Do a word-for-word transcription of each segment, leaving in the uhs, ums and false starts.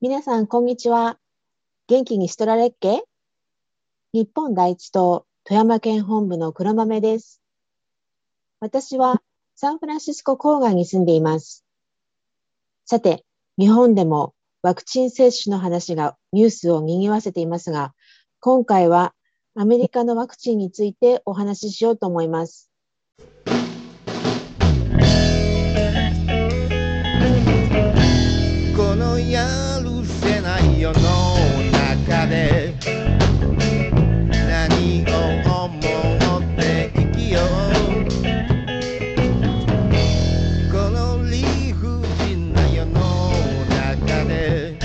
皆さん、こんにちは。元気にしとられっけ？日本第一党富山県本部の黒豆です。私はサンフランシスコ郊外に住んでいます。さて、日本でもワクチン接種の話がニュースを賑わせていますが、今回はアメリカのワクチンについてお話ししようと思います。 このやるせない世の中で何を思って生きよう。この理不尽な世の中で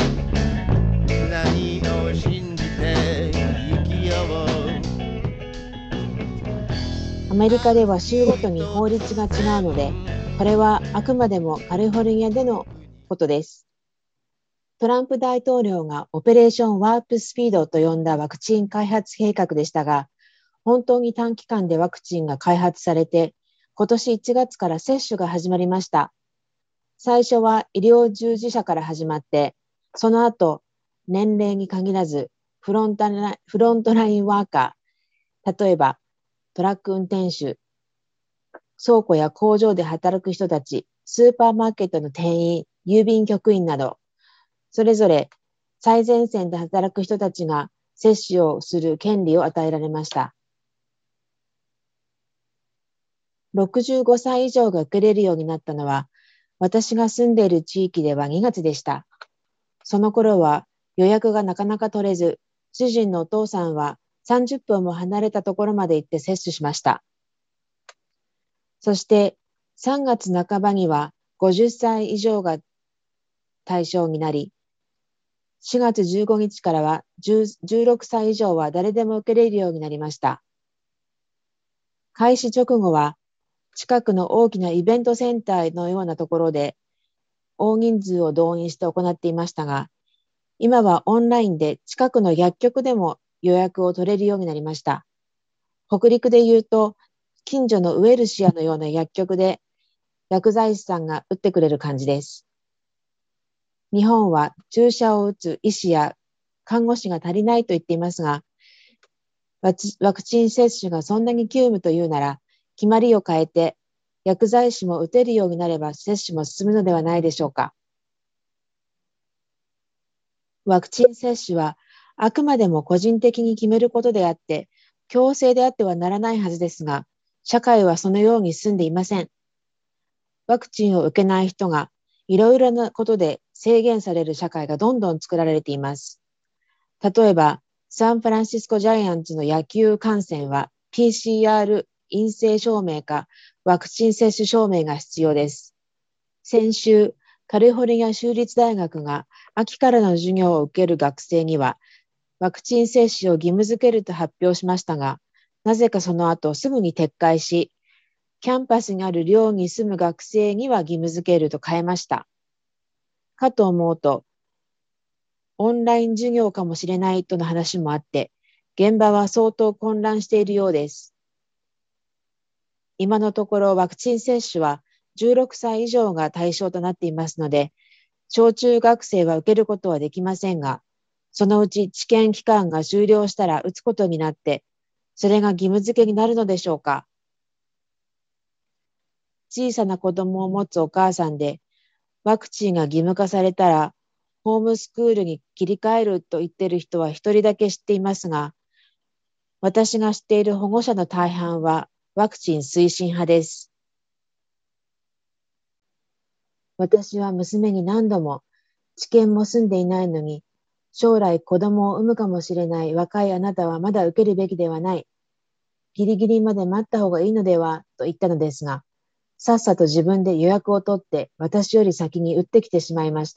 何を信じて生きよう。アメリカでは州ごとに法律が違うので、これはあくまでもカリフォルニアでのことです。トランプ大統領がオペレーションワープスピードと呼んだワクチン開発計画でしたが、本当に短期間でワクチンが開発されて、今年いちがつから接種が始まりました。最初は医療従事者から始まって、その後、年齢に限らずフロントライン、フロントラインワーカー、例えばトラック運転手、倉庫や工場で働く人たち、スーパーマーケットの店員、郵便局員など、それぞれ最前線で働く人たちが接種をする権利を与えられました。ろくじゅうごさい以上が受けれるようになったのは、私が住んでいる地域ではにがつでした。その頃は予約がなかなか取れず、主人のお父さんはさんじゅっぷんも離れたところまで行って接種しました。そしてさんがつなかばにはごじゅっさい以上が対象になり、しがつじゅうごにちからはじゅうろくさい以上は誰でも受けれるようになりました。開始直後は近くの大きなイベントセンターのようなところで大人数を動員して行っていましたが、今はオンラインで近くの薬局でも予約を取れるようになりました。北陸で言うと、近所のウェルシアのような薬局で薬剤師さんが打ってくれる感じです。日本は注射を打つ医師や看護師が足りないと言っていますが、ワクチン接種がそんなに急務というなら、決まりを変えて、薬剤師も打てるようになれば接種も進むのではないでしょうか。ワクチン接種はあくまでも個人的に決めることであって、強制であってはならないはずですが、社会はそのように進んでいません。ワクチンを受けない人がいろいろなことで制限される社会がどんどん作られています。例えば、サンフランシスコジャイアンツの野球観戦は ピーシーアール 陰性証明かワクチン接種証明が必要です。先週、カリフォルニア州立大学が秋からの授業を受ける学生にはワクチン接種を義務付けると発表しましたが、なぜかその後すぐに撤回し、キャンパスにある寮に住む学生には義務付けると変えました。かと思うと、オンライン授業かもしれないとの話もあって、現場は相当混乱しているようです。今のところワクチン接種はじゅうろくさい以上が対象となっていますので、小中学生は受けることはできませんが、そのうち治験期間が終了したら打つことになって、それが義務付けになるのでしょうか。小さな子供を持つお母さんで、ワクチンが義務化されたら、ホームスクールに切り替えると言っている人は一人だけ知っていますが、私が知っている保護者の大半はワクチン推進派です。私は娘に何度も、治験も済んでいないのに、将来子供を産むかもしれない若いあなたはまだ受けるべきではない。ギリギリまで待った方がいいのではと言ったのですが、さっさと自分で予約を取って私より先に打ってきてしまいました。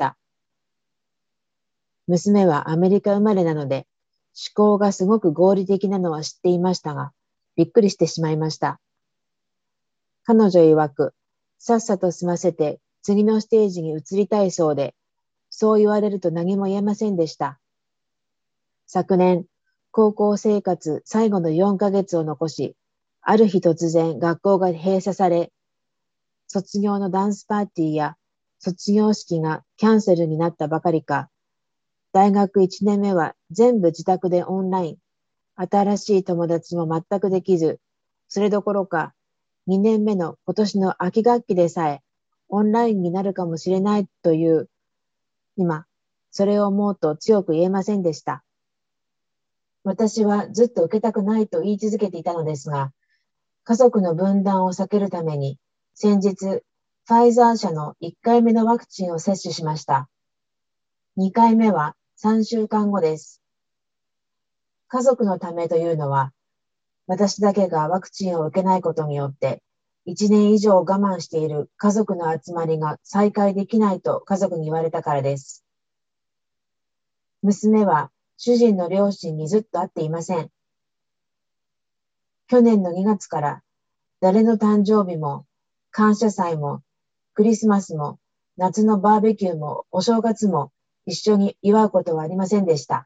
娘はアメリカ生まれなので、思考がすごく合理的なのは知っていましたが、びっくりしてしまいました。彼女曰く、さっさと済ませて次のステージに移りたいそうで、そう言われると何も言えませんでした。昨年、高校生活最後のよんかげつを残し、ある日突然学校が閉鎖され、卒業のダンスパーティーや卒業式がキャンセルになったばかりか、 大学いちねんめは全部自宅でオンライン。新しい友達も全くできず、それどころかにねんめの今年の秋学期でさえオンラインになるかもしれないという今、それを思うと強く言えませんでした。私はずっと受けたくないと言い続けていたのですが、家族の分断を避けるために先日、ファイザー社のいっかいめのワクチンを接種しました。にかいめはさんしゅうかんごです。家族のためというのは、私だけがワクチンを受けないことによって、いちねん以上我慢している家族の集まりが再開できないと家族に言われたからです。娘は主人の両親にずっと会っていません。去年のにがつから誰の誕生日も感謝祭もクリスマスも夏のバーベキューもお正月も一緒に祝うことはありませんでした。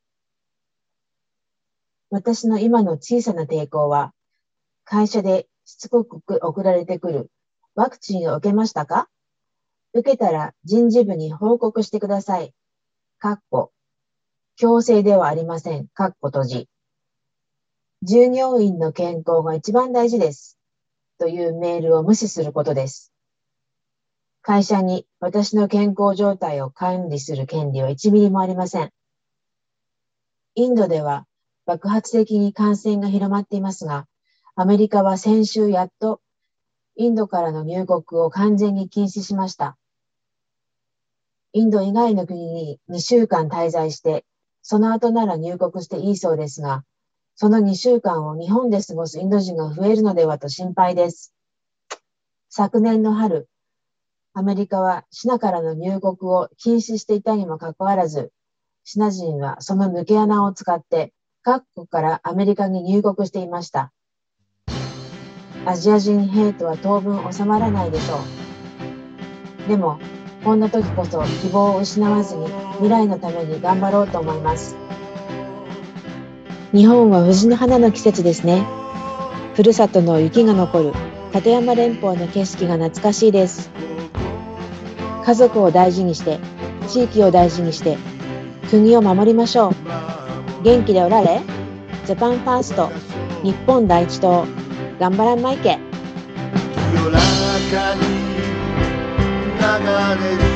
私の今の小さな抵抗は、会社でしつこく送られてくるワクチンを受けましたか？受けたら人事部に報告してください。かっこ強制ではありません。かっこ閉じ。従業員の健康が一番大事です。というメールを無視することです。会社に私の健康状態を管理する権利はいちミリもありません。インドでは爆発的に感染が広まっていますが、アメリカは先週やっとインドからの入国を完全に禁止しました。インド以外の国ににしゅうかん滞在して、その後なら入国していいそうですが、そのにしゅうかんを日本で過ごすインド人が増えるのではと心配です。昨年の春、アメリカはシナからの入国を禁止していたにもかかわらず、シナ人はその抜け穴を使って各国からアメリカに入国していました。アジア人ヘイトは当分収まらないでしょう。でも、こんな時こそ希望を失わずに未来のために頑張ろうと思います。日本は藤の花の季節ですね。ふるさとの雪が残る立山連峰の景色が懐かしいです。家族を大事にして、地域を大事にして、国を守りましょう。元気でおられ。ジャパンファースト、日本第一党、頑張らんまいけ。 夜中に流れる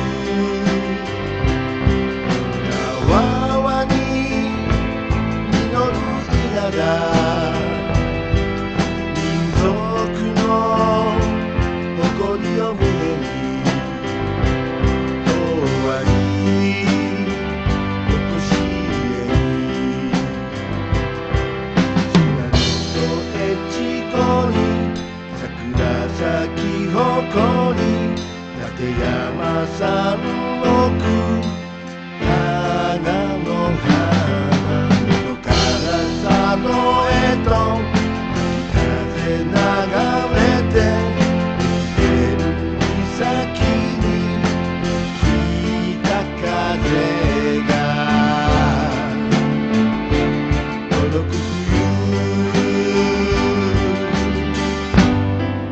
縄わに実る稲が民族の誇りを胸に永遠におしえに砂と越後に桜咲き誇り立山山麓花の花のからさのへと風流れて天岬に北風が届く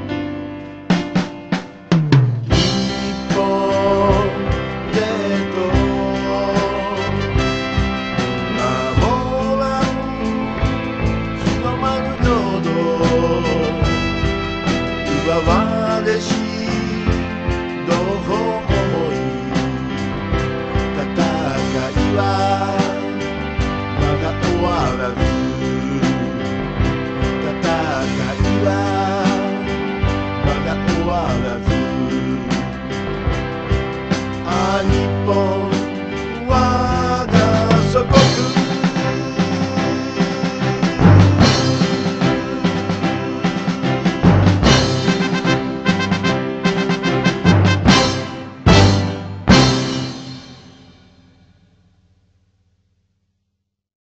日本列島